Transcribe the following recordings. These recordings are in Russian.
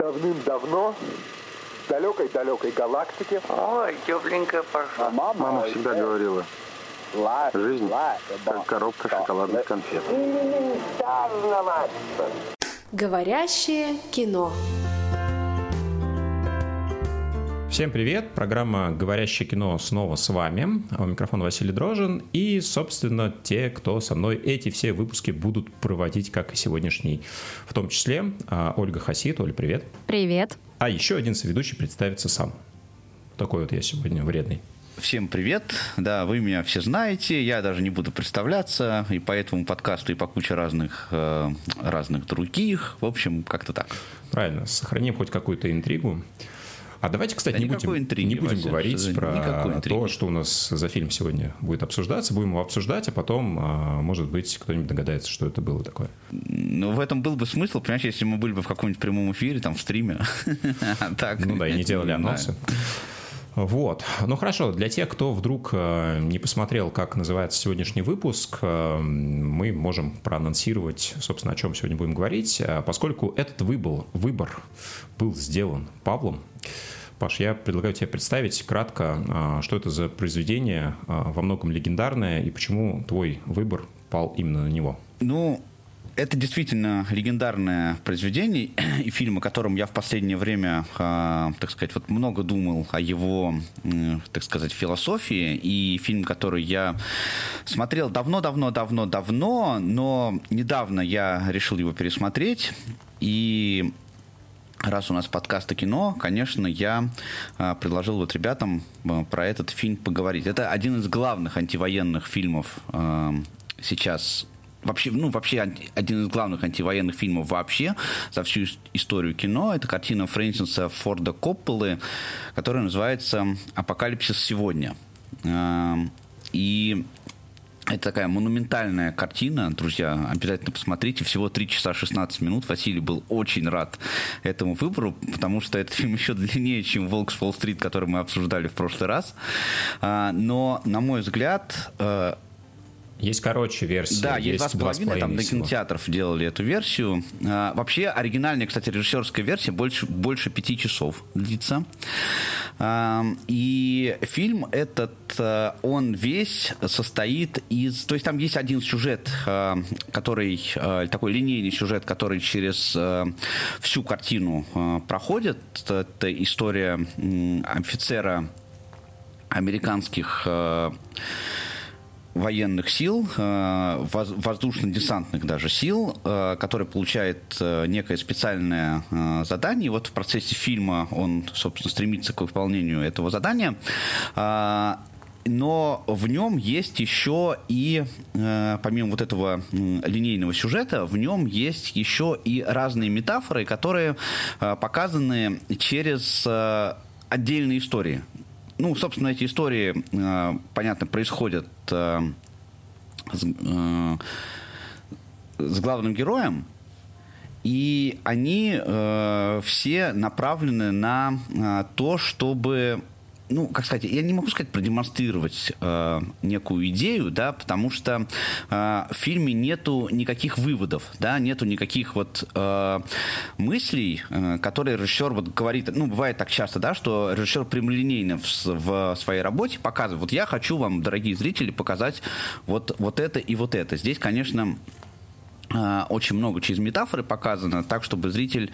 Давным-давно в далекой-далекой галактике. Ой, тепленькая пошла. Мама всегда говорила, жизнь как коробка шоколадных конфет. Говорящее кино. Всем привет! Программа «Говорящее кино» снова с вами. У микрофона Василий Дрожжин. И, собственно, те, кто со мной эти все выпуски будут проводить, как и сегодняшний. В том числе Ольга Хасид. Оля, привет! Привет! А еще один соведущий представится сам. Такой вот я сегодня вредный. Всем привет. Да, вы меня все знаете, я даже не буду представляться, и по этому подкасту, и по куче разных других. В общем, как-то так. Правильно, сохраним хоть какую-то интригу. А давайте, кстати, не будем говорить про то, что у нас за фильм сегодня будет обсуждаться. Будем его обсуждать, а потом, может быть, кто-нибудь догадается, что это было такое. Ну, в этом был бы смысл, понимаешь, если мы были бы в каком-нибудь прямом эфире, там, в стриме. Ну да, и не делали анонсы. Вот. Ну хорошо, для тех, кто вдруг не посмотрел, как называется сегодняшний выпуск, мы можем проанонсировать, собственно, о чем сегодня будем говорить, поскольку этот выбор был сделан Павлом. Паш, я предлагаю тебе представить кратко, что это за произведение, во многом легендарное, и почему твой выбор пал именно на него. Ну, это действительно легендарное произведение и фильм, о котором я в последнее время, так сказать, вот много думал о его, так сказать, философии. И фильм, который я смотрел давно, но недавно я решил его пересмотреть. И раз у нас подкаст о кино, конечно, я предложил вот ребятам про этот фильм поговорить. Это один из главных антивоенных фильмов сейчас. Вообще один из главных антивоенных фильмов вообще за всю историю кино. Это картина Фрэнсиса Форда Копполы, которая называется «Апокалипсис сегодня». И это такая монументальная картина. Друзья, обязательно посмотрите. Всего 3 часа 16 минут. Василий был очень рад этому выбору, потому что этот фильм еще длиннее, чем «Волк с Уолл-стрит», который мы обсуждали в прошлый раз. Но, на мой взгляд... Есть короче версия. Да, есть 2,5, там до кинотеатров делали эту версию. Вообще, оригинальная, кстати, режиссерская версия больше 5 часов длится. И фильм этот, он весь состоит из... То есть там есть один сюжет, который... Такой линейный сюжет, который через всю картину проходит. Это история офицера американских... военных сил, воздушно-десантных даже сил, который получает некое специальное задание. И вот в процессе фильма он, собственно, стремится к выполнению этого задания. Но в нем есть еще и, помимо вот этого линейного сюжета, в нем есть еще и разные метафоры, которые показаны через отдельные истории. Ну, собственно, эти истории, понятно, происходят с главным героем, и они все направлены на то, чтобы... Ну, как сказать, я не могу сказать продемонстрировать некую идею, да, потому что в фильме нету никаких выводов, да, нету никаких вот мыслей, которые режиссер вот говорит, ну, бывает так часто, да, что режиссер прямолинейно в своей работе показывает, вот я хочу вам, дорогие зрители, показать вот это и вот это. Здесь, конечно, очень много через метафоры показано, так, чтобы зритель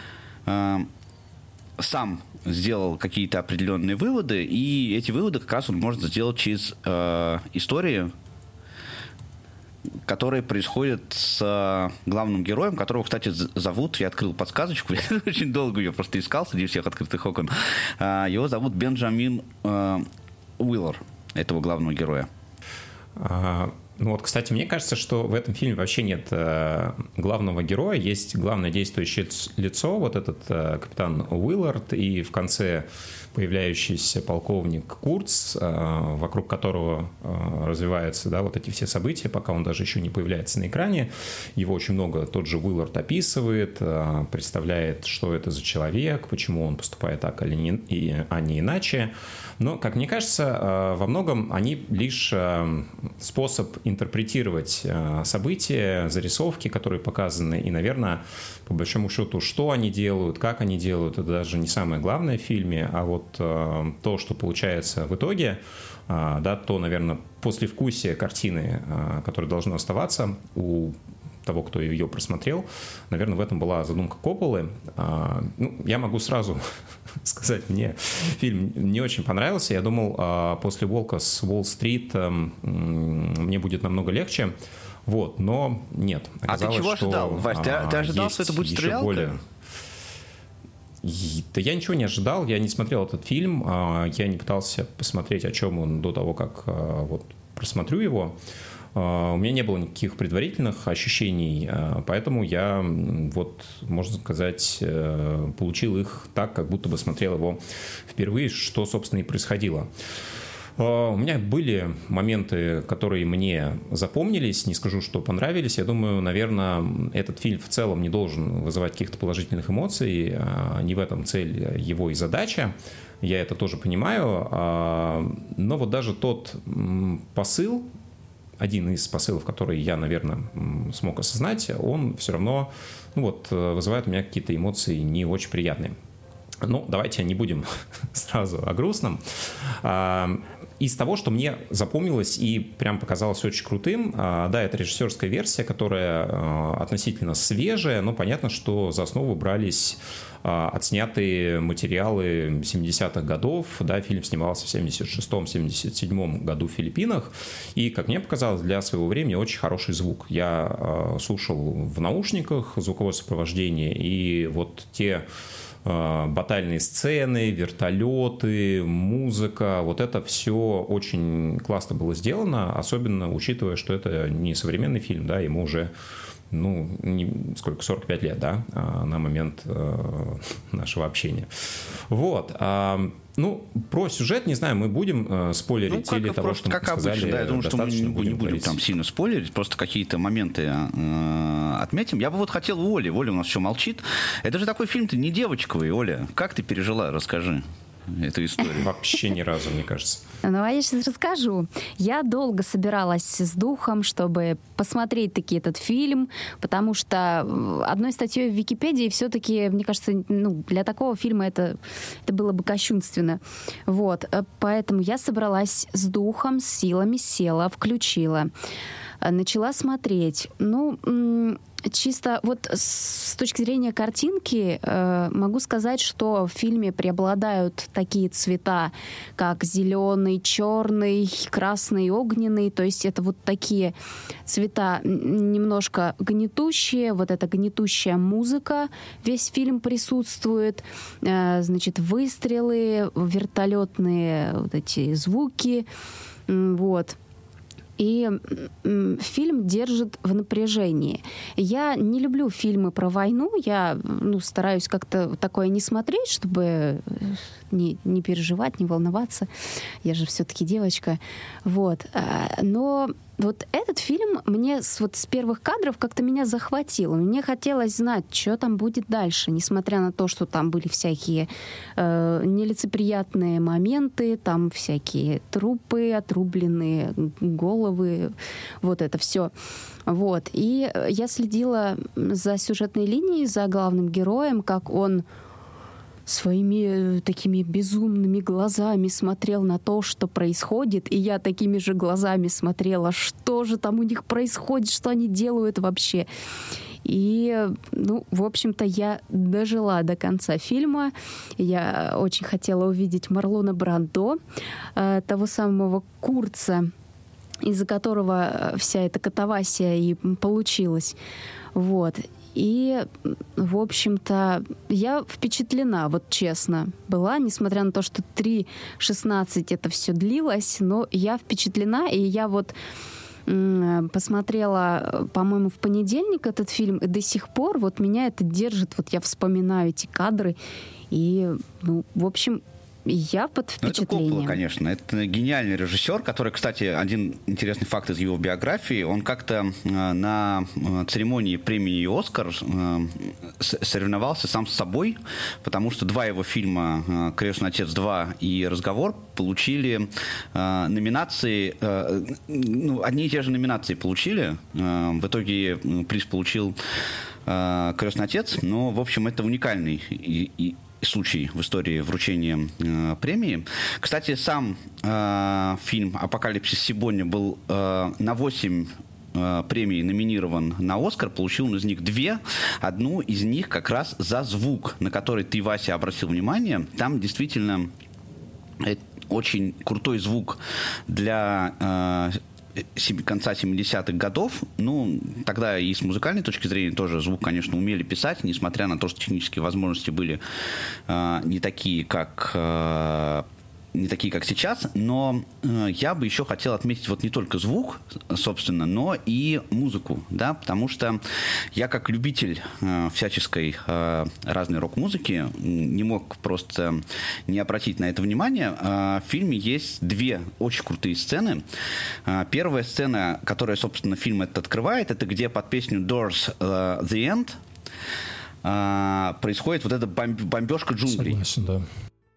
сам сделал какие-то определенные выводы, и эти выводы как раз он может сделать через истории, которые происходят с главным героем, которого, кстати, зовут, я открыл подсказочку, я очень долго ее просто искал среди всех открытых окон, его зовут Бенджамин Уиллер, этого главного героя. Ну вот, кстати, мне кажется, что в этом фильме вообще нет главного героя, есть главное действующее лицо, вот этот капитан Уиллард, и в конце появляющийся полковник Курц, вокруг которого развиваются, да, вот эти все события, пока он даже еще не появляется на экране. Его очень много тот же Уиллард описывает, представляет, что это за человек, почему он поступает так, а не иначе. Но, как мне кажется, во многом они лишь способ интерпретировать события, зарисовки, которые показаны, и, наверное, по большому счету, что они делают, как они делают, это даже не самое главное в фильме, а вот то, что получается в итоге, да, то, наверное, послевкусие картины, которое должно оставаться у того, кто ее просмотрел. Наверное, в этом была задумка Копполы. Я могу сразу сказать, мне фильм не очень понравился. Я думал, после «Волка с Уолл-стрит» мне будет намного легче. Вот, но нет. Оказалось, ты чего ожидал, Вась? Ты ожидал, что это будет стрелялка? Да я ничего не ожидал, я не смотрел этот фильм, я не пытался посмотреть, о чем он до того, как вот просмотрю его. У меня не было никаких предварительных ощущений, поэтому я, вот, можно сказать, получил их так, как будто бы смотрел его впервые, что, собственно, и происходило. У меня были моменты, которые мне запомнились, не скажу, что понравились. Я думаю, наверное, этот фильм в целом не должен вызывать каких-то положительных эмоций, не в этом цель его и задача. Я это тоже понимаю, но вот даже тот посыл, один из посылов, который я, наверное, смог осознать, он все равно вызывает у меня какие-то эмоции не очень приятные. Ну, давайте не будем сразу о грустном. Из того, что мне запомнилось и прям показалось очень крутым, да, это режиссерская версия, которая относительно свежая, но понятно, что за основу брались отснятые материалы 70-х годов, да, фильм снимался в 76-77 году в Филиппинах, и, как мне показалось, для своего времени очень хороший звук. Я слушал в наушниках звуковое сопровождение, и вот те батальные сцены, вертолеты, музыка, вот это все очень классно было сделано, особенно учитывая, что это не современный фильм, да, ему уже 45 лет, да, на момент нашего общения. Вот. Про сюжет, не знаю, мы будем спойлерить или того, что мы сказали, обычно, да, я думаю, что мы не будем говорить. Там сильно спойлерить, просто какие-то моменты отметим. Я бы вот хотел у Оли. Оля у нас все молчит. Это же такой фильм-то не девочковый, Оля. Как ты пережила? Расскажи эту историю. Вообще ни разу, мне кажется. А я сейчас расскажу. Я долго собиралась с духом, чтобы посмотреть таки этот фильм, потому что одной статьей в Википедии все-таки, мне кажется, для такого фильма это было бы кощунственно. Вот. Поэтому я собралась с духом, с силами, села, включила, начала смотреть. Чисто вот с точки зрения картинки могу сказать, что в фильме преобладают такие цвета, как зеленый, черный, красный, огненный. То есть это вот такие цвета немножко гнетущие. Вот эта гнетущая музыка весь фильм присутствует. Значит, выстрелы, вертолетные вот эти звуки. Вот. И фильм держит в напряжении. Я не люблю фильмы про войну. Я стараюсь как-то такое не смотреть, чтобы не переживать, не волноваться. Я же все-таки девочка. Вот. Но вот этот фильм мне с первых кадров как-то меня захватил. Мне хотелось знать, что там будет дальше, несмотря на то, что там были всякие нелицеприятные моменты, там всякие трупы, отрубленные головы, вот это все. Вот. И я следила за сюжетной линией, за главным героем, как он своими такими безумными глазами смотрел на то, что происходит, и я такими же глазами смотрела, что же там у них происходит, что они делают вообще. И, в общем-то, я дожила до конца фильма. Я очень хотела увидеть Марлона Брандо, того самого Курца, из-за которого вся эта катавасия и получилась. Вот. И, в общем-то, я впечатлена, вот честно, была, несмотря на то, что 3:16 это все длилось, но я впечатлена, и я вот посмотрела, по-моему, в понедельник этот фильм, и до сих пор вот меня это держит, вот я вспоминаю эти кадры, и, в общем, Я под впечатлением. Это Коппола, конечно. Это гениальный режиссер, который, кстати, один интересный факт из его биографии, он как-то на церемонии премии «Оскар» соревновался сам с собой, потому что два его фильма «Крестный отец 2» и «Разговор» получили номинации, одни и те же номинации получили. В итоге приз получил «Крестный отец», но, в общем, это уникальный случай в истории вручения премии. Кстати, сам фильм «Апокалипсис сегодня» был на 8 премий номинирован на «Оскар», получил из них 2. Одну из них как раз за звук, на который ты, Вася, обратил внимание. Там действительно очень крутой звук для конца 70-х годов. Ну, тогда и с музыкальной точки зрения тоже звук, конечно, умели писать, несмотря на то, что технические возможности были не такие, как сейчас, но я бы еще хотел отметить вот не только звук, собственно, но и музыку, да, потому что я как любитель всяческой разной рок-музыки не мог просто не обратить на это внимание. В фильме есть 2 очень крутые сцены. Первая сцена, которая, собственно, фильм этот открывает, это где под песню Doors The End происходит вот эта бомбежка джунглей. Согласен, да.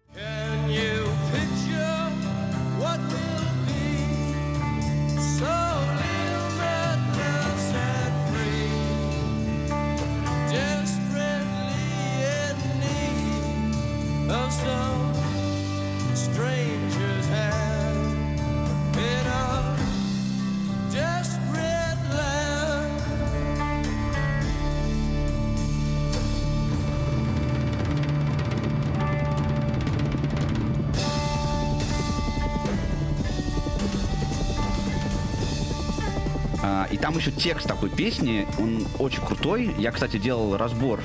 И там еще текст такой песни, он очень крутой. Я, кстати, делал разбор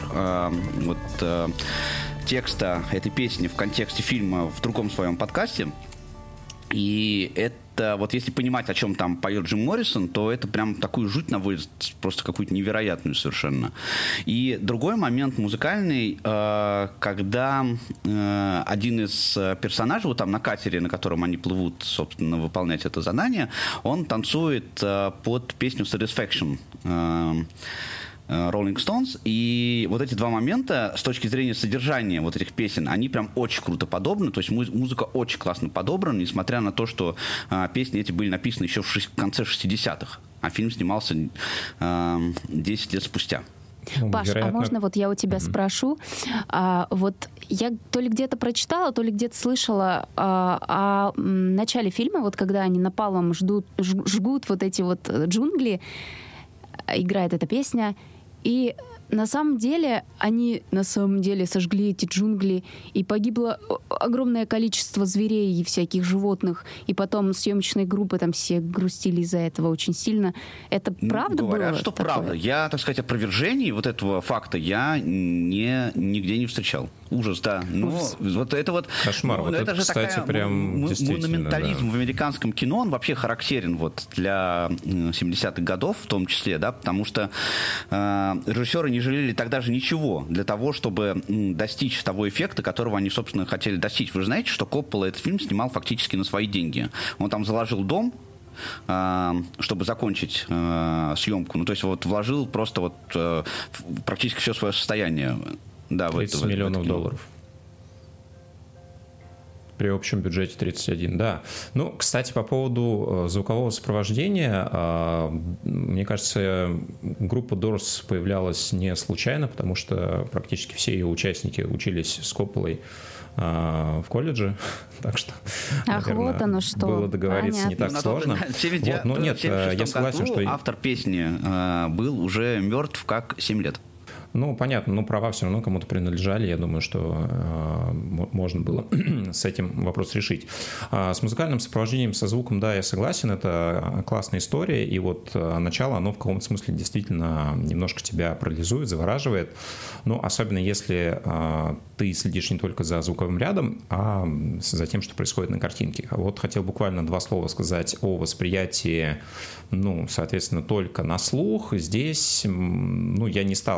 текста этой песни в контексте фильма в другом своем подкасте. И это, вот если понимать, о чем там поет Джим Моррисон, то это прям такую жуть наводит, просто какую-то невероятную совершенно. И другой момент музыкальный, когда один из персонажей, вот там на катере, на котором они плывут, собственно, выполнять это задание, он танцует под песню Satisfaction Rolling Stones, и вот эти 2 момента с точки зрения содержания вот этих песен, они прям очень круто подобраны, то есть музыка очень классно подобрана, несмотря на то, что песни эти были написаны еще в конце 60-х, а фильм снимался 10 лет спустя. Паш, а можно вот я у тебя спрошу? Вот я то ли где-то прочитала, то ли где-то слышала о начале фильма, вот когда они напалмом жгут вот эти вот джунгли, играет эта песня, и на самом деле они сожгли эти джунгли, и погибло огромное количество зверей и всяких животных, и потом съемочные группы там все грустили из-за этого очень сильно. Это правда было? Говорят, что такое? Правда. Я, так сказать, опровержений вот этого факта я нигде не встречал.Ужас, да. Но вот это вот... Кошмар. Вот это же, кстати, такая, прям монументализм, да, в американском кино, он вообще характерен вот для 70-х годов в том числе, да, потому что режиссеры не жалели тогда же ничего для того, чтобы достичь того эффекта, которого они, собственно, хотели достичь. Вы же знаете, что Коппола этот фильм снимал фактически на свои деньги. Он там заложил дом, чтобы закончить съемку. Ну, то есть вот вложил просто вот практически все свое состояние. Да, 30 миллионов долларов. При общем бюджете 31, да. Ну, кстати, по поводу звукового сопровождения, мне кажется, группа Doors появлялась не случайно, потому что практически все ее участники учились с Копполой в колледже, так что, наверное, вот оно что. Было договориться не так сложно. Но нет, я согласен, что автор песни был уже мертв как 7 лет. Ну, понятно, но права все равно кому-то принадлежали. Я думаю, что можно было с этим вопрос решить. С музыкальным сопровождением, со звуком, да, я согласен. Это классная история. И вот начало, оно в каком-то смысле действительно немножко тебя парализует, завораживает. Ну, особенно если ты следишь не только за звуковым рядом, а за тем, что происходит на картинке. Вот хотел буквально 2 слова сказать о восприятии, ну, соответственно, только на слух. Здесь, ну, я не стал изучать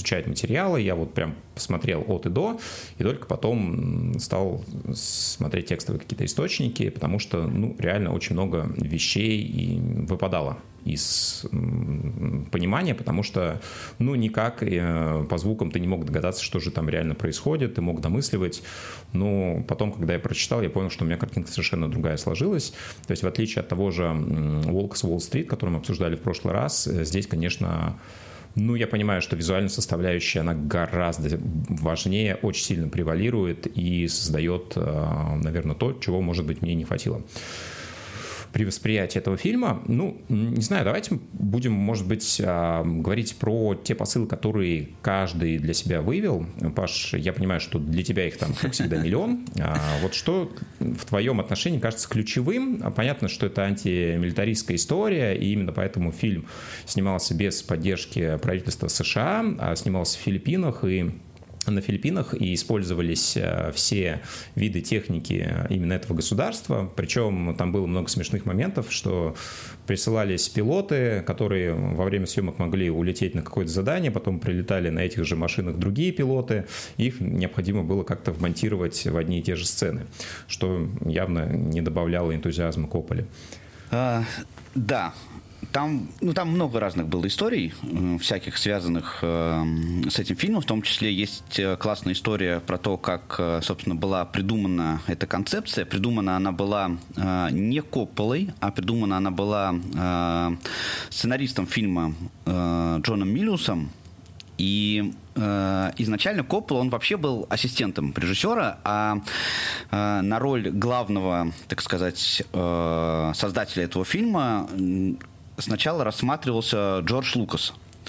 изучать материалы, я вот прям посмотрел от и до, и только потом стал смотреть текстовые какие-то источники, потому что, реально очень много вещей и выпадало из понимания, потому что, никак по звукам ты не мог догадаться, что же там реально происходит, ты мог домысливать, но потом, когда я прочитал, я понял, что у меня картинка совершенно другая сложилась. То есть, в отличие от того же «Волка с Уолл-стрит», который мы обсуждали в прошлый раз, здесь, конечно, я понимаю, что визуальная составляющая, она гораздо важнее, очень сильно превалирует и создает, наверное, то, чего, может быть, мне не хватило при восприятии этого фильма. Не знаю, давайте будем, может быть, говорить про те посылы, которые каждый для себя вывел. Паш, я понимаю, что для тебя их там, как всегда, миллион. Вот что в твоем отношении кажется ключевым? Понятно, что это антимилитаристская история, и именно поэтому фильм снимался без поддержки правительства США, а снимался в Филиппинах, и на Филиппинах, и использовались все виды техники именно этого государства. Причем там было много смешных моментов, что присылались пилоты, которые во время съемок могли улететь на какое-то задание, потом прилетали на этих же машинах другие пилоты, их необходимо было как-то вмонтировать в одни и те же сцены, что явно не добавляло энтузиазма Копполе. Да. Там много разных было историй, всяких связанных с этим фильмом. В том числе есть классная история про то, как, собственно, была придумана эта концепция. Придумана она была не Копполой, а придумана она была сценаристом фильма Джоном Миллиусом. И изначально Коппола, он вообще был ассистентом режиссера, а на роль главного, так сказать, создателя этого фильма сначала рассматривался Джордж Лукас.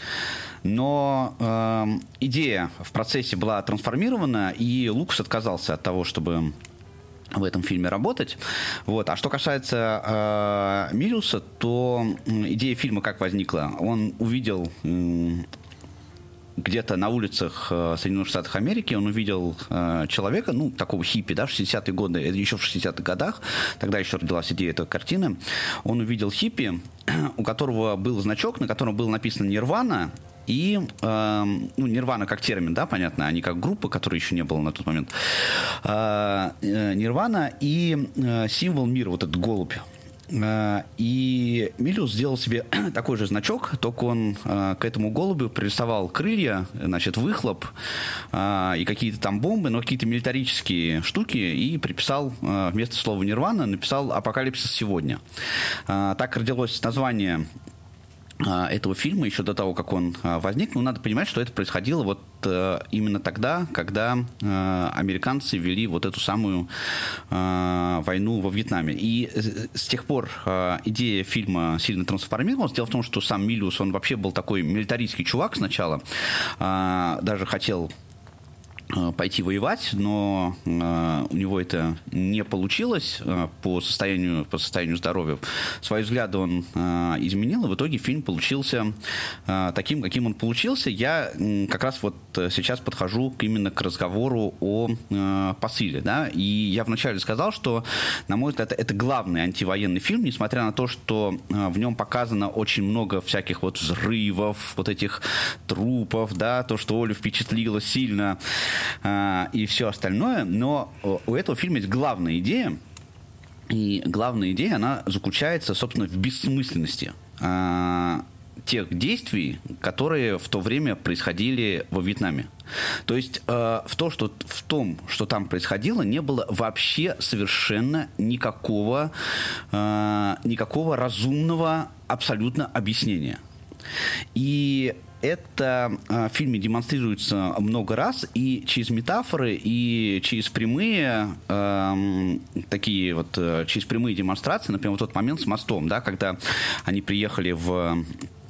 Но идея в процессе была трансформирована, и Лукас отказался от того, чтобы в этом фильме работать. Вот. А что касается Миллиуса, то идея фильма как возникла? Он увидел где-то на улицах Соединенных Штатов Америки, он увидел человека, такого хиппи, да, в 60-е годы, еще в 60-х годах, тогда еще родилась идея этой картины, он увидел хиппи, у которого был значок, на котором было написано «Нирвана», и, Нирвана как термин, да, понятно, а не как группа, которой еще не было на тот момент. Нирвана и символ мира, вот этот голубь. И Миллиус сделал себе такой же значок, только он к этому голубю пририсовал крылья, значит, выхлоп и какие-то там бомбы, но какие-то милитарические штуки, и приписал вместо слова «Нирвана» написал «Апокалипсис сегодня». Так родилось название этого фильма еще до того, как он возник. Надо понимать, что это происходило вот именно тогда, когда американцы вели вот эту самую войну во Вьетнаме. И с тех пор идея фильма сильно трансформировалась. Дело в том, что сам Миллиус, он вообще был такой милитаристский чувак сначала. Даже хотел пойти воевать, но у него это не получилось по состоянию здоровья. Свои взгляды он изменил, и в итоге фильм получился таким, каким он получился. Я как раз вот сейчас подхожу именно к разговору о посыле. Да? И я вначале сказал, что, на мой взгляд, это главный антивоенный фильм, несмотря на то, что в нем показано очень много всяких вот взрывов, вот этих трупов, да, то, что Олю впечатлило сильно, и все остальное, но у этого фильма есть главная идея, и главная идея, она заключается, собственно, в бессмысленности тех действий, которые в то время происходили во Вьетнаме. То есть в том, что там происходило, не было вообще совершенно никакого разумного абсолютно объяснения. И это в фильме демонстрируется много раз, и через метафоры, и через прямые через прямые демонстрации, например, вот тот момент с мостом, да, когда они приехали в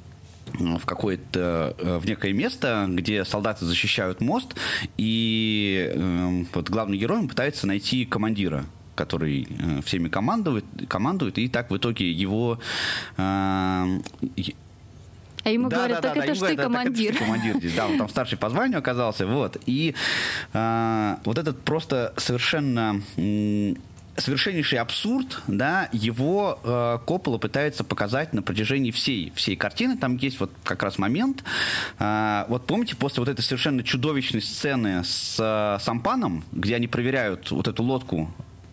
некое место, где солдаты защищают мост, и вот главный герой пытается найти командира, который всеми командует, и так в итоге его... А ему говорят, так это ж ты командир. Здесь. Да, он там старший по званию оказался. Вот. И вот этот просто совершенно совершеннейший абсурд, да, его Коппола пытается показать на протяжении всей картины. Там есть вот как раз момент. Вот помните, после вот этой совершенно чудовищной сцены с сампаном, где они проверяют вот эту лодку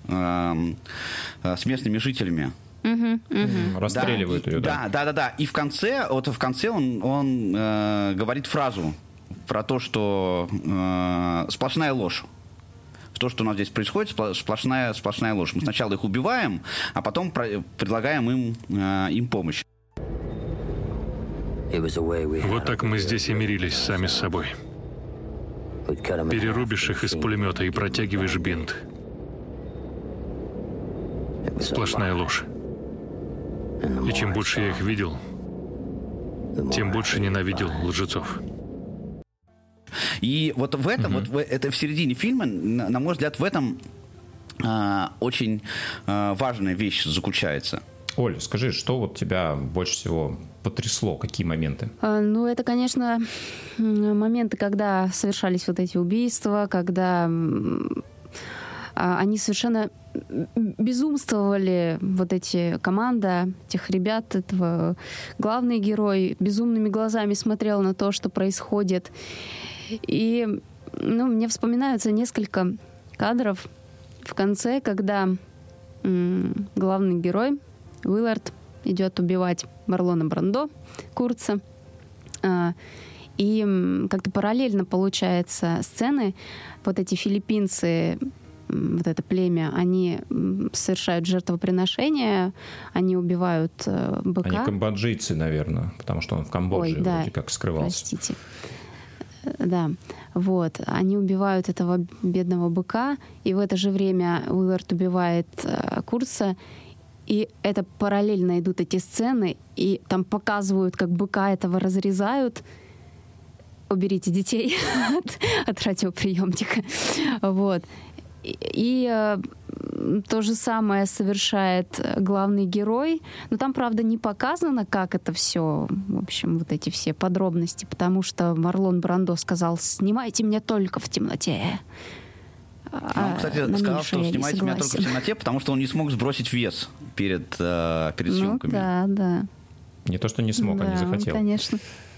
с местными жителями, расстреливают ее, да. Да. И в конце он говорит фразу про то, что сплошная ложь. То, что у нас здесь происходит, сплошная ложь. Мы сначала их убиваем, а потом предлагаем им помощь. Вот так мы здесь и мирились сами с собой. Перерубишь их из пулемета и протягиваешь бинт. Сплошная ложь. И чем больше я их видел, тем больше ненавидел лжецов. И вот в этом, это в середине фильма, на мой взгляд, в этом очень важная вещь заключается. Оль, скажи, что вот тебя больше всего потрясло, какие моменты? Ну, это, конечно, моменты, когда совершались вот эти убийства, когда они совершенно безумствовали, вот эти команда, этих ребят, этого главный герой безумными глазами смотрел на то, что происходит. И, мне вспоминаются несколько кадров в конце, когда главный герой Уиллард идет убивать Марлона Брандо, Курца. И как-то параллельно получается сцены. Вот эти филиппинцы, вот это племя, они совершают жертвоприношение, они убивают быка. Они камбоджийцы, наверное, потому что он в Камбодже вроде как скрывался. Простите. Да, вот. Они убивают этого бедного быка, и в это же время Уиллард убивает Курца, и это параллельно идут эти сцены, и там показывают, как быка этого разрезают. Уберите детей от радиоприемника. Вот. И то же самое совершает главный герой. Но там, правда, не показано, как это все, в общем, вот эти все подробности, потому что Марлон Брандо сказал: «Снимайте меня только в темноте». Он, кстати, сказал, что снимайте меня только в темноте, потому что он не смог сбросить вес перед съемками. Да. Не то, что не смог, а не захотел. Конечно.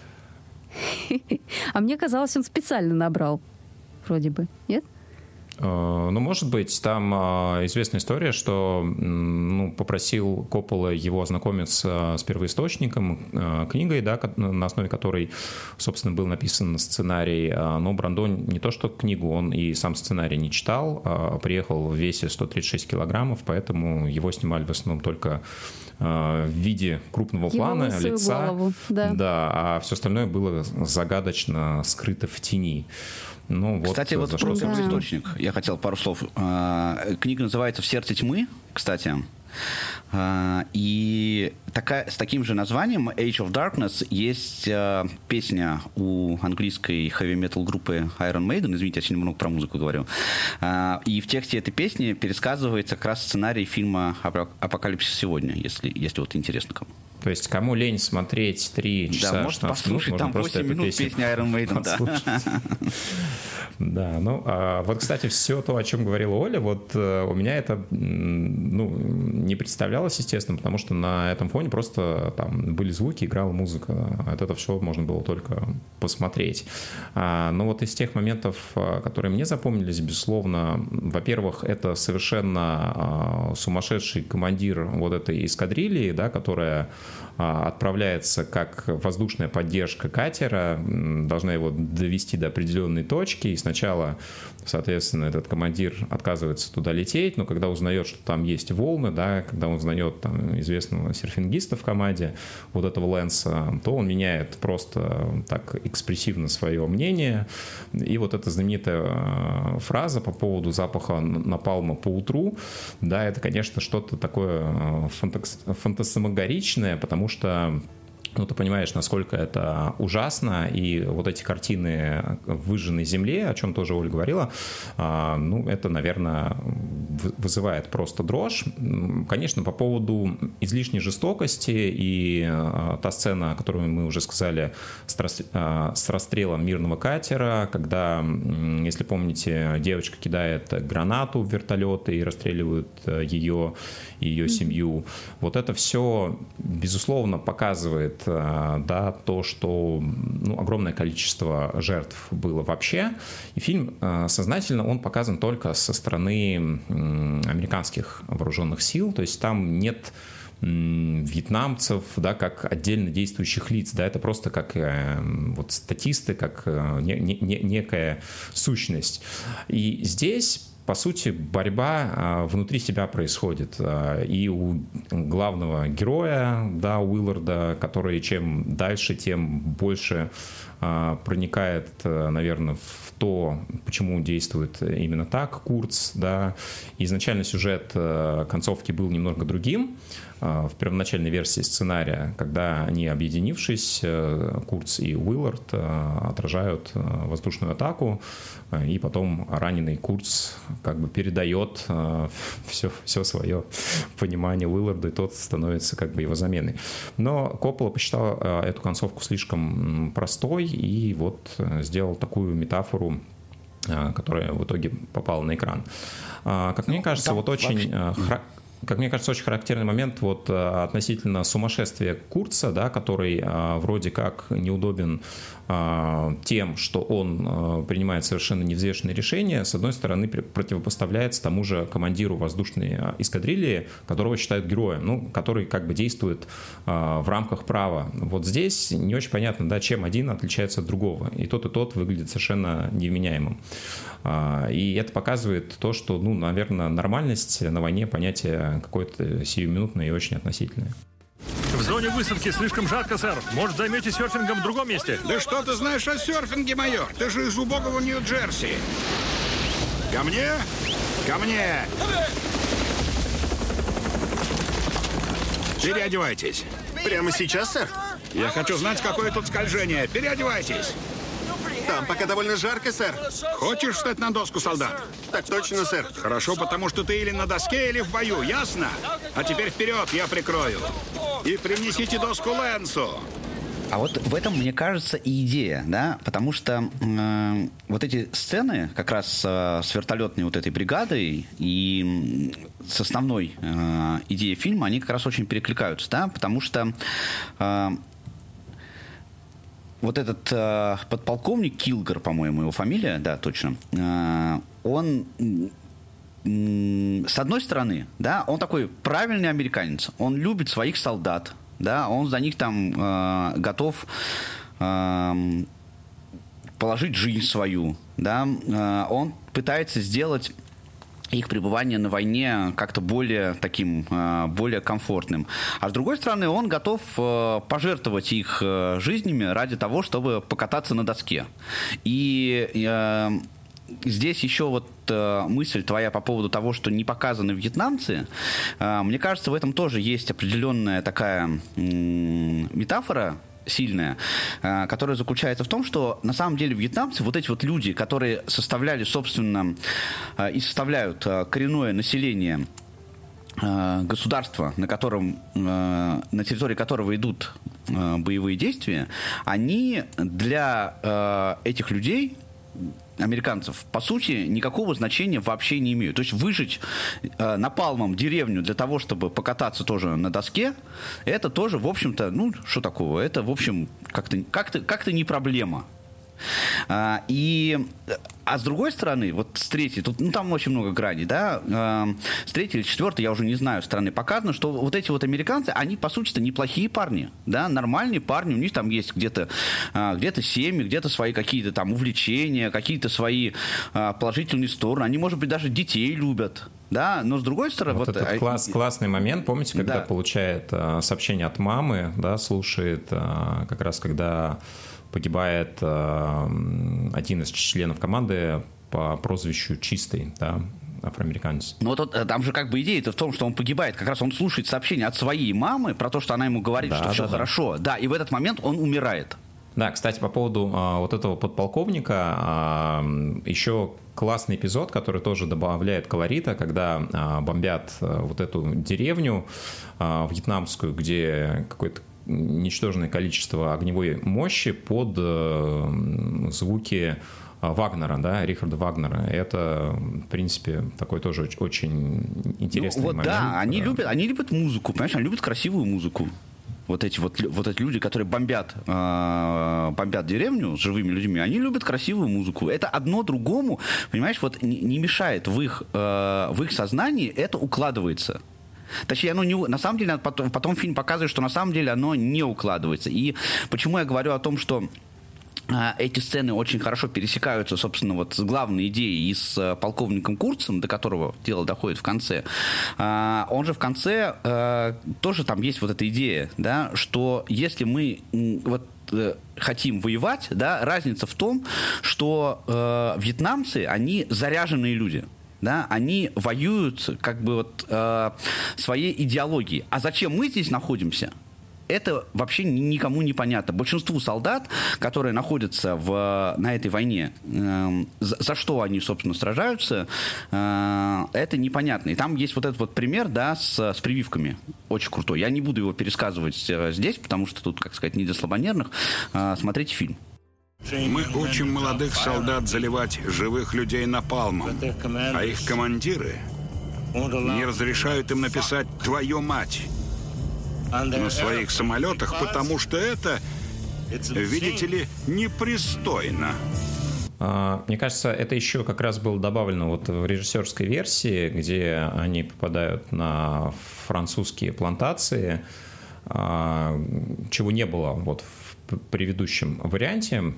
А мне казалось, он специально набрал, вроде бы, нет? Ну, может быть, там известная история, что попросил Коппола его ознакомиться с первоисточником, книгой, да, на основе которой, собственно, был написан сценарий. Но Брандо не то что книгу, он и сам сценарий не читал, приехал в весе 136 килограммов, поэтому его снимали в основном только в виде крупного плана, лица. Голову, да, а все остальное было загадочно скрыто в тени. Кстати, вот про первоисточник я хотел пару слов. Книга называется «В сердце тьмы», кстати. И с таким же названием «Age of Darkness» есть песня у английской хэви-метал группы Iron Maiden. Извините, я сильно много про музыку говорю. И в тексте этой песни пересказывается как раз сценарий фильма «Апокалипсис сегодня», если вот интересно кому. То есть, кому лень смотреть 3 часа, да, может послушать, там 8 минут песни Iron Maiden, да. Да, вот, кстати, все то, о чем говорила Оля, вот у меня это, не представлялось, естественно, потому что на этом фоне просто там были звуки, играла музыка, от этого все можно было только посмотреть. Но вот из тех моментов, которые мне запомнились, безусловно, во-первых, это совершенно сумасшедший командир вот этой эскадрильи, да, которая отправляется как воздушная поддержка катера, должна его довести до определенной точки, и сначала, соответственно, этот командир отказывается туда лететь, но когда узнает, что там есть волны, да, когда он узнает там известного серфингиста в команде, вот этого Лэнса, то он меняет просто так экспрессивно свое мнение, и вот эта знаменитая фраза по поводу запаха напалма по утру, да, это, конечно, что-то такое фантасмагоричное, потому что ты понимаешь, насколько это ужасно, и вот эти картины в выжженной земле, о чем тоже Оля говорила, это, наверное, вызывает просто дрожь. Конечно, по поводу излишней жестокости и та сцена, о которой мы уже сказали, с расстрелом мирного катера, когда, если помните, девочка кидает гранату в вертолет и расстреливают ее и ее семью. Вот это все, безусловно, показывает, да, то, что огромное количество жертв было вообще. И фильм сознательно, он показан только со стороны американских вооруженных сил, то есть там нет вьетнамцев, да, как отдельно действующих лиц, да, это просто как вот статисты, как некая сущность. И здесь, по сути, борьба внутри себя происходит. И у главного героя, да, Уилларда, который чем дальше, тем больше проникает, наверное, в то, почему действует именно так Курц, да. Изначально сюжет концовки был немного другим. В первоначальной версии сценария, когда они, объединившись, Курц и Уиллард, отражают воздушную атаку, и потом раненый Курц как бы передает все свое понимание Уилларду, и тот становится как бы его заменой. Но Коппола посчитал эту концовку слишком простой и вот сделал такую метафору, которая в итоге попала на экран. Как мне кажется, вот очень... Как мне кажется, очень характерный момент вот относительно сумасшествия Курца, да, который вроде как неудобен тем, что он принимает совершенно невзвешенные решения, с одной стороны противопоставляется тому же командиру воздушной эскадрильи, которого считают героем, который как бы действует в рамках права. Вот здесь не очень понятно, да, чем один отличается от другого. И тот выглядит совершенно невменяемым. И это показывает то, что, наверное, нормальность на войне понятие какое-то сиюминутное и очень относительное. В зоне высадки слишком жарко, сэр. Может, займете серфингом в другом месте? Да что ты знаешь о серфинге, майор? Ты же из убогого Нью-Джерси. Ко мне? Ко мне! Переодевайтесь. Прямо сейчас, сэр? Я хочу знать, какое тут скольжение. Переодевайтесь. Там пока довольно жарко, сэр. Хочешь встать на доску, солдат? Так точно, сэр. Хорошо, потому что ты или на доске, или в бою, ясно? А теперь вперед, я прикрою. И принесите доску Лэнсу. А вот в этом, мне кажется, и идея, да, потому что вот эти сцены как раз с вертолетной вот этой бригадой и с основной идеей фильма, они как раз очень перекликаются, да, потому что вот этот подполковник Килгар, по-моему, его фамилия, да, точно, он, с одной стороны, да, он такой правильный американец, он любит своих солдат, да, он за них там готов положить жизнь свою, да, он пытается сделать их пребывание на войне как-то более таким, более комфортным. А с другой стороны, он готов пожертвовать их жизнями ради того, чтобы покататься на доске. И здесь еще вот мысль твоя по поводу того, что не показаны вьетнамцы, мне кажется, в этом тоже есть определенная такая метафора сильная, которая заключается в том, что на самом деле вьетнамцы, вот эти вот люди, которые составляли, собственно, и составляют коренное население государства, на территории которого идут боевые действия, они для этих людей, американцев, по сути, никакого значения вообще не имеют. То есть выжить напалмом деревню для того, чтобы покататься тоже на доске, это тоже, в общем-то, что такого? Это, в общем, как-то не проблема. А с другой стороны, вот с третьей, тут, там очень много граней, да, с третьей или четвертой, я уже не знаю, стороны показано, что вот эти вот американцы, они, по сути-то, неплохие парни, да, нормальные парни, у них там есть где-то семьи, где-то свои какие-то там увлечения, какие-то свои положительные стороны, они, может быть, даже детей любят. Да, но с другой стороны... Вот этот классный момент, помните, когда получает сообщение от мамы, да, слушает как раз, когда погибает один из членов команды по прозвищу Чистый, да, афроамериканец. Ну вот там же как бы идея-то в том, что он погибает, как раз он слушает сообщение от своей мамы про то, что она ему говорит, что все хорошо, да, и в этот момент он умирает. Да, кстати, по поводу вот этого подполковника, еще классный эпизод, который тоже добавляет колорита, когда бомбят вот эту деревню вьетнамскую, где какое-то ничтожное количество огневой мощи под звуки Вагнера, да, Рихарда Вагнера. Это, в принципе, такой тоже очень интересный момент. Да, они любят музыку, понимаешь, они любят красивую музыку. Вот эти люди, которые бомбят деревню с живыми людьми, они любят красивую музыку. Это одно другому, понимаешь, вот не мешает в их сознании, это укладывается. Точнее, на самом деле, потом фильм показывает, что на самом деле оно не укладывается. И почему я говорю о том, что эти сцены очень хорошо пересекаются, собственно, вот с главной идеей и с полковником Курцем, до которого дело доходит в конце. Он же в конце тоже там есть вот эта идея, да, что если мы хотим воевать, да, разница в том, что вьетнамцы, они заряженные люди. Да, они воюют как бы своей идеологией. А зачем мы здесь находимся? Это вообще никому не понятно. Большинству солдат, которые находятся на этой войне, за что они, собственно, сражаются, это непонятно. И там есть вот этот вот пример, да, с прививками. Очень крутой. Я не буду его пересказывать здесь, потому что тут, как сказать, не для слабонервных. Смотрите фильм. Мы учим молодых солдат заливать живых людей напалмом, а их командиры не разрешают им написать «твою мать» на своих самолетах, потому что это, видите ли, непристойно. Мне кажется, это еще как раз было добавлено вот в режиссерской версии, где они попадают на французские плантации, чего не было вот в предыдущем варианте.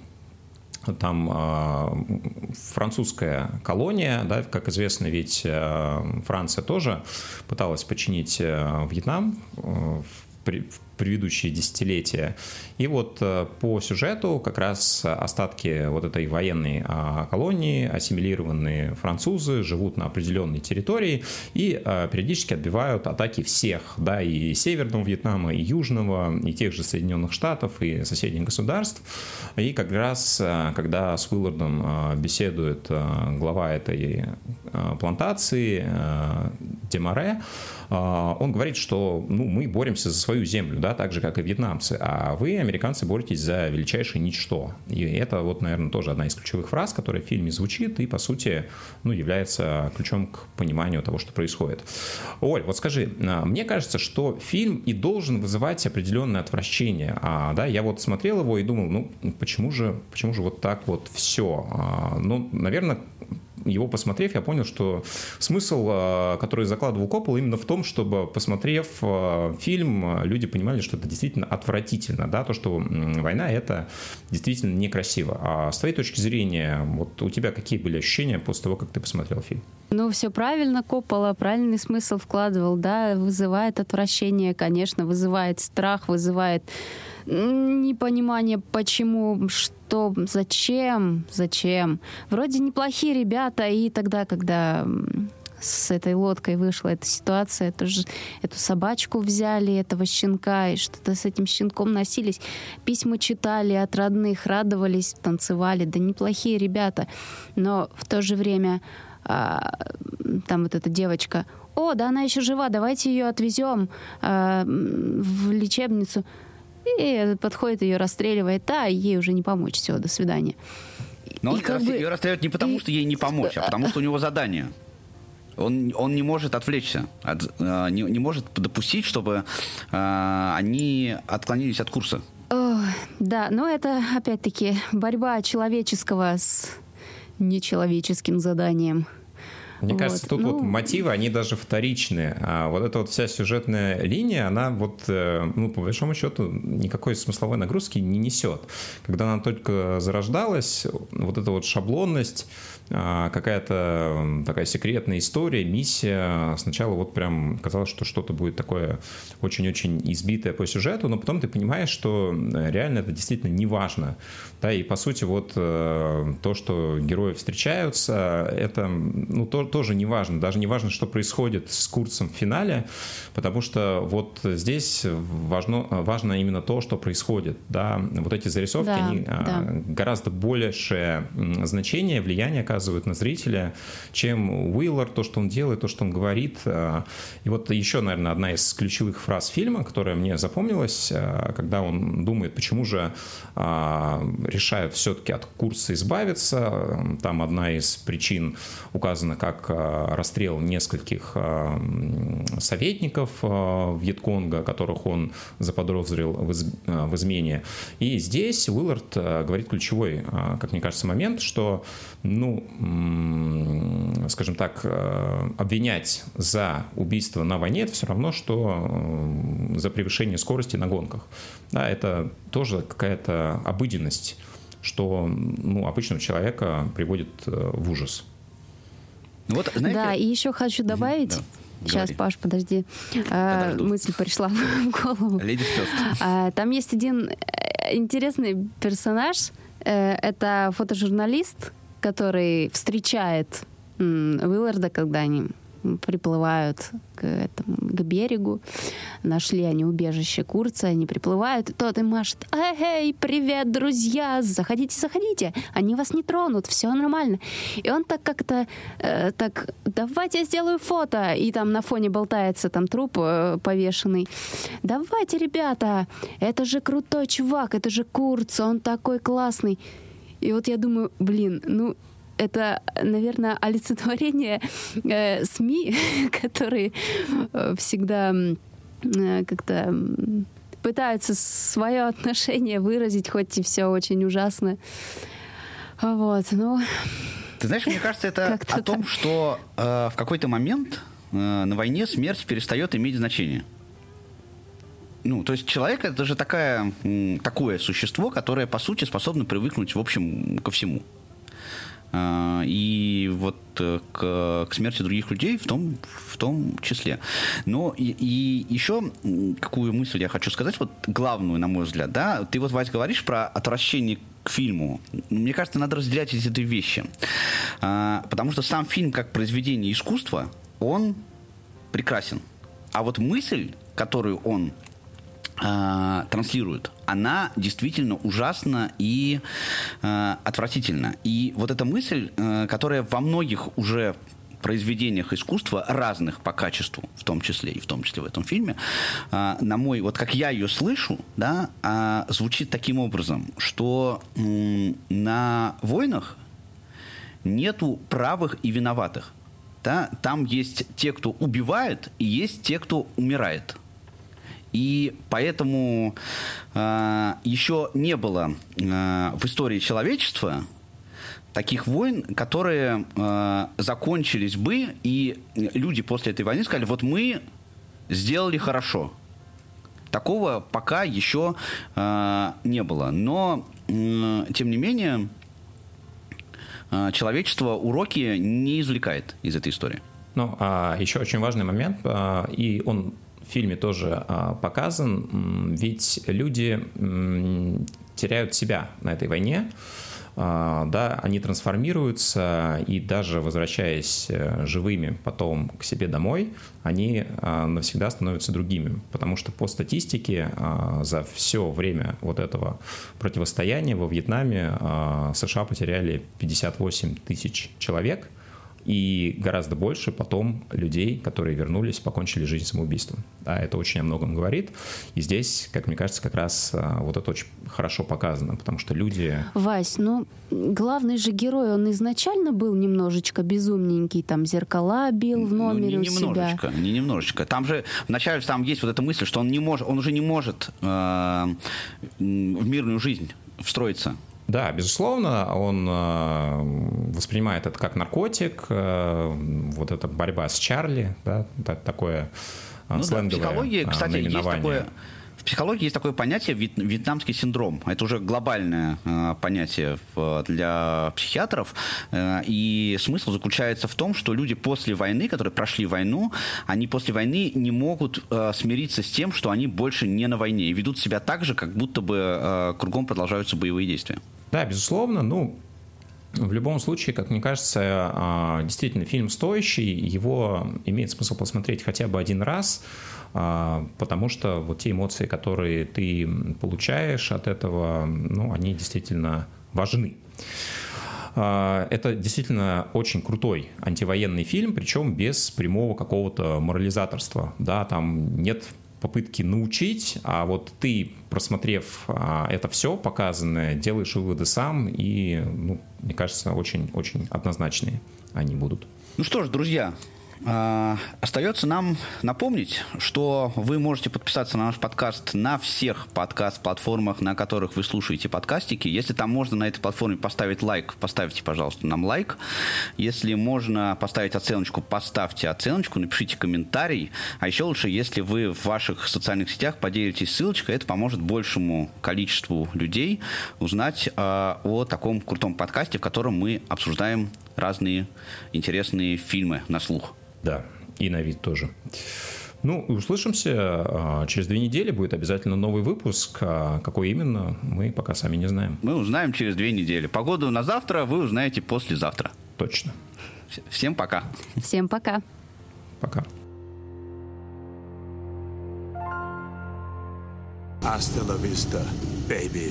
Там французская колония, да, как известно, ведь Франция тоже пыталась подчинить Вьетнам в предыдущие десятилетия. И вот по сюжету как раз остатки вот этой военной колонии, ассимилированные французы, живут на определенной территории и периодически отбивают атаки всех, да, и Северного Вьетнама, и Южного, и тех же Соединенных Штатов, и соседних государств. И как раз, когда с Уиллардом беседует глава этой плантации, Демаре, он говорит, что мы боремся за свою землю, да, так же, как и вьетнамцы, а вы, американцы, боретесь за величайшее ничто. И это, вот, наверное, тоже одна из ключевых фраз, которая в фильме звучит и, по сути, является ключом к пониманию того, что происходит. Оль, вот скажи, мне кажется, что фильм и должен вызывать определенное отвращение. Да, я вот смотрел его и думал, почему же вот так вот все? Наверное, его посмотрев, я понял, что смысл, который закладывал Коппола, именно в том, чтобы, посмотрев фильм, люди понимали, что это действительно отвратительно, да, то, что война — это действительно некрасиво. А с твоей точки зрения, вот у тебя какие были ощущения после того, как ты посмотрел фильм? Все правильно, Коппола правильный смысл вкладывал, да, вызывает отвращение, конечно, вызывает страх, вызывает непонимание, почему, что, зачем. Вроде неплохие ребята, и тогда, когда с этой лодкой вышла эта ситуация, эту собачку взяли, этого щенка, и что-то с этим щенком носились, письма читали от родных, радовались, танцевали, да неплохие ребята. Но в то же время там вот эта девочка: «О, да она еще жива, давайте ее отвезем в лечебницу». И подходит, ее расстреливает, ей уже не помочь, все, до свидания. Но ее расстреливают не потому, что ей не помочь, а потому, что у него задание. Он не может отвлечься, не может допустить, чтобы они отклонились от курса. Да, но это, опять-таки, борьба человеческого с нечеловеческим заданием. Мне кажется, тут вот мотивы, они даже вторичные. А вот эта вот вся сюжетная линия, она вот, по большому счету, никакой смысловой нагрузки не несет. Когда она только зарождалась, вот эта вот шаблонность, какая-то такая секретная история, миссия. Сначала вот прям казалось, что что-то будет такое очень-очень избитое по сюжету, но потом ты понимаешь, что реально это действительно не важно. Да, и по сути вот то, что герои встречаются, это тоже не важно. Даже не важно, что происходит с Курцем в финале, потому что вот здесь важно именно то, что происходит. Да? Вот эти зарисовки, они гораздо большее значение, влияние оказывают на зрителя, чем Уиллар, то, что он делает, то, что он говорит. И вот еще, наверное, одна из ключевых фраз фильма, которая мне запомнилась, когда он думает, почему же решают все-таки от Курца избавиться. Там одна из причин указана как расстрел нескольких советников Вьетконга, которых он заподозрил в измене. И здесь Уиллард говорит ключевой, как мне кажется, момент, что, скажем так, обвинять за убийство на войне — это все равно, что за превышение скорости на гонках. Да, это тоже какая-то обыденность, что обычного человека приводит в ужас. Вот, знаете, да, и еще хочу добавить... Да. Сейчас, Паш, подожди. Мысль пришла в голову. Там есть один интересный персонаж. Это фотожурналист, который встречает Уилларда, когда они приплывают к берегу. Нашли они убежище Курца, они приплывают, и тот им машет: «Эй, привет, друзья! Заходите, заходите! Они вас не тронут, все нормально». И он так как-то так: «Давайте я сделаю фото». И там на фоне болтается там труп повешенный. «Давайте, ребята! Это же крутой чувак, это же Курц, он такой классный». И вот я думаю, это, наверное, олицетворение СМИ, которые всегда как-то пытаются свое отношение выразить, хоть и все очень ужасно. Вот, Ты знаешь, мне кажется, это о том, что в какой-то момент на войне смерть перестает иметь значение. То есть человек — это же такое существо, которое, по сути, способно привыкнуть, в общем, ко всему. И вот к смерти других людей в том числе. Но и еще какую мысль я хочу сказать, вот главную, на мой взгляд, да, ты вот, Вась, говоришь про отвращение к фильму. Мне кажется, надо разделять эти две вещи. Потому что сам фильм как произведение искусства, он прекрасен. А вот мысль, которую он транслирует, она действительно ужасна и отвратительна. И вот эта мысль, которая во многих уже произведениях искусства, разных по качеству, в том числе в этом фильме, на мой, вот как я ее слышу, да, звучит таким образом, что на войнах нету правых и виноватых. Да? Там есть те, кто убивает, и есть те, кто умирает. И поэтому еще не было в истории человечества таких войн, которые закончились бы, и люди после этой войны сказали: вот мы сделали хорошо. Такого пока еще не было. Но, тем не менее, человечество уроки не извлекает из этой истории. Еще очень важный момент, и он в фильме тоже показан, ведь люди теряют себя на этой войне, да, они трансформируются, и даже возвращаясь живыми потом к себе домой, они навсегда становятся другими, потому что по статистике за все время вот этого противостояния во Вьетнаме США потеряли 58 тысяч человек, и гораздо больше потом людей, которые вернулись, покончили жизнь самоубийством. Да, это очень о многом говорит. И здесь, как мне кажется, как раз вот это очень хорошо показано, потому что люди... Вась, главный же герой, он изначально был немножечко безумненький, там зеркала бил в номере у себя. Не немножечко. Там же вначале там есть вот эта мысль, что он уже не может в мирную жизнь встроиться. Да, безусловно, он воспринимает это как наркотик, вот эта борьба с Чарли, да, такое сленговое психологии, кстати, наименование. В психологии есть такое понятие вьетнамский синдром. Это уже глобальное понятие для психиатров. И смысл заключается в том, что люди после войны, которые прошли войну, они после войны не могут смириться с тем, что они больше не на войне. И ведут себя так же, как будто бы кругом продолжаются боевые действия. Да, безусловно. В любом случае, как мне кажется, действительно фильм стоящий, его имеет смысл посмотреть хотя бы один раз, потому что вот те эмоции, которые ты получаешь от этого, ну, они действительно важны. Это действительно очень крутой антивоенный фильм, причем без прямого какого-то морализаторства. Да, там нет попытки научить, а вот ты, просмотрев это все показанное, делаешь выводы сам, и, ну, мне кажется, очень-очень однозначные они будут. Ну что ж, друзья, остается нам напомнить, что вы можете подписаться на наш подкаст на всех подкаст-платформах, на которых вы слушаете подкастики. Если там можно на этой платформе поставить лайк, поставьте, пожалуйста, нам лайк. Если можно поставить оценочку, поставьте оценочку, напишите комментарий. А еще лучше, если вы в ваших социальных сетях поделитесь ссылочкой, это поможет большему количеству людей узнать о таком крутом подкасте, в котором мы обсуждаем разные интересные фильмы на слух. Да, и на вид тоже. Ну, услышимся. Через 2 недели будет обязательно новый выпуск. Какой именно, мы пока сами не знаем. Мы узнаем через 2 недели. Погоду на завтра вы узнаете послезавтра. Точно. Всем пока. Всем пока. Пока. Hasta la vista, baby.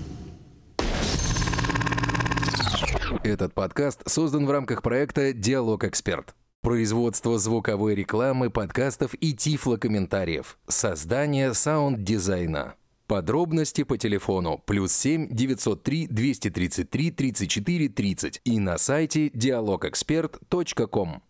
Этот подкаст создан в рамках проекта «Диалог Эксперт». Производство звуковой рекламы, подкастов и тифлокомментариев. Создание саунд-дизайна. Подробности по телефону +7 903 233 34 30 и на сайте dialogexpert.com.